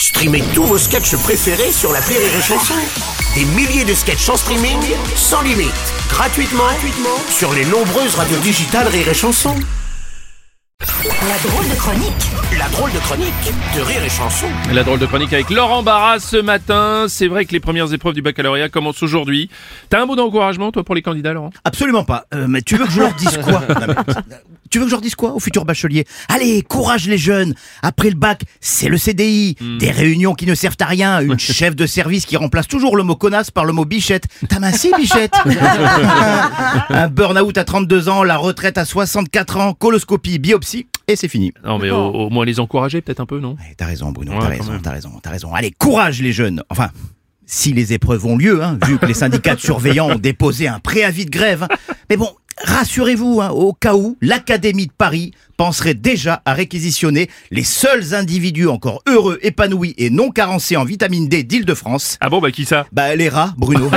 Streamez tous vos sketchs préférés sur l'appli Rire et Chanson. Des milliers de sketchs en streaming, sans limite, gratuitement sur les nombreuses radios digitales Rire et Chanson. La drôle de chronique. La drôle de chronique de Rire et Chanson. La drôle de chronique avec Laurent Barra ce matin. C'est vrai que les premières épreuves du baccalauréat commencent aujourd'hui. T'as un mot d'encouragement, toi, pour les candidats, Laurent? Absolument pas. Mais tu veux que je leur dise quoi? Tu veux que je leur dise quoi aux futurs bacheliers? Allez, courage les jeunes. Après le bac, c'est le CDI. Des réunions qui ne servent à rien. Une chef de service qui remplace toujours le mot connasse par le mot bichette. T'as minci, bichette. Un burn-out à 32 ans, la retraite à 64 ans, coloscopie, biopsie, et c'est fini. Non, mais au moins les encourager, peut-être un peu, non? T'as raison, Bruno, Ouais, t'as raison. Allez, courage les jeunes. Enfin, si les épreuves ont lieu, vu que les syndicats de surveillants ont déposé un préavis de grève. Mais bon, rassurez-vous, au cas où, l'Académie de Paris penserait déjà à réquisitionner les seuls individus encore heureux, épanouis et non carencés en vitamine D d'Île-de-France. Ah bon, qui ça? Les rats, Bruno.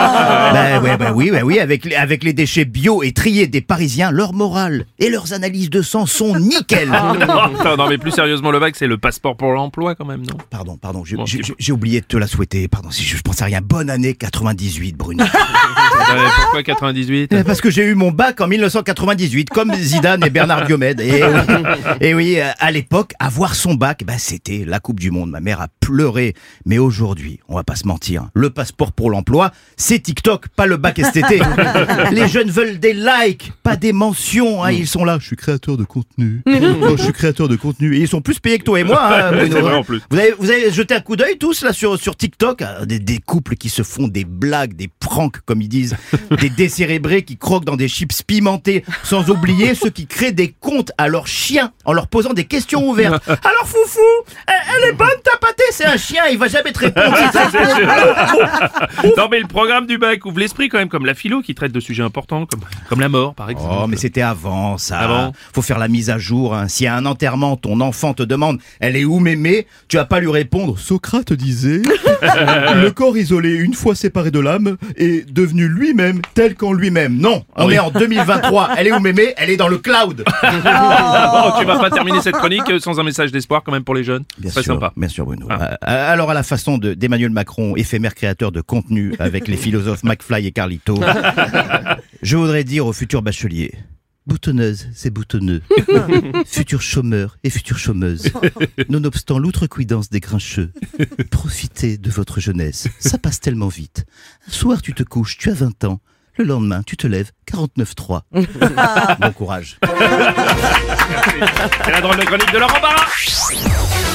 Oui, avec les déchets bio et triés des Parisiens, leur morale et leurs analyses de sang sont nickel. Non, mais plus sérieusement, le bac, c'est le passeport pour l'emploi, quand même, non? Pardon, j'ai oublié de te la souhaiter. Pardon, si je pensais à rien. Bonne année 98, Bruno. Pourquoi 98? Parce que j'ai eu mon bac en 1998, comme Zidane et Bernard Diomède. Et oui, à l'époque, avoir son bac, c'était la Coupe du Monde. Ma mère a pleuré. Mais aujourd'hui, on va pas se mentir, le passeport pour l'emploi, c'est TikTok, pas le bac STT. Les jeunes veulent des likes, pas des mentions. Ils sont là, je suis créateur de contenu. Je suis créateur de contenu. Et ils sont plus payés que toi et moi. Bruno. C'est vrai en plus. Vous avez jeté un coup d'œil tous là sur TikTok, des couples qui se font des blagues, des pranks comme ils disent, des décérébrés qui croquent dans des chips pimentés, sans oublier ceux qui créent des comptes à leurs chiens en leur posant des questions ouvertes. Alors Foufou, elle est bonne ta pâtée, c'est un chien, il va jamais te répondre. Non, mais le programme du bac ouvre l'esprit quand même, comme la philo qui traite de sujets importants, comme la mort par exemple. Oh, mais c'était avant ça. Ah bon? Faut faire la mise à jour. Si à un enterrement, ton enfant te demande « Elle est où mémé ?» Tu vas pas lui répondre « Socrate disait le corps isolé une fois séparé de l'âme est devenu lui-même tel qu'en lui-même. » Non, on est en 2023. Elle est où mémé? Elle est dans le cloud. Bon, tu vas pas terminer cette chronique sans un message d'espoir quand même pour les jeunes. Bien C'est sûr, sympa. bien sûr, Bruno. Alors à la façon d'Emmanuel Macron, éphémère créateur de contenu avec les philosophes McFly et Carlito, je voudrais dire aux futurs bacheliers: boutonneuse, c'est boutonneux. Futurs chômeurs et futures chômeuses, nonobstant l'outrecuidance des grincheux, profitez de votre jeunesse. Ça passe tellement vite. Un soir, tu te couches, tu as 20 ans. Le lendemain, tu te lèves, 49.3. Bon courage. C'est la drôle de chronique de Laurent Barra.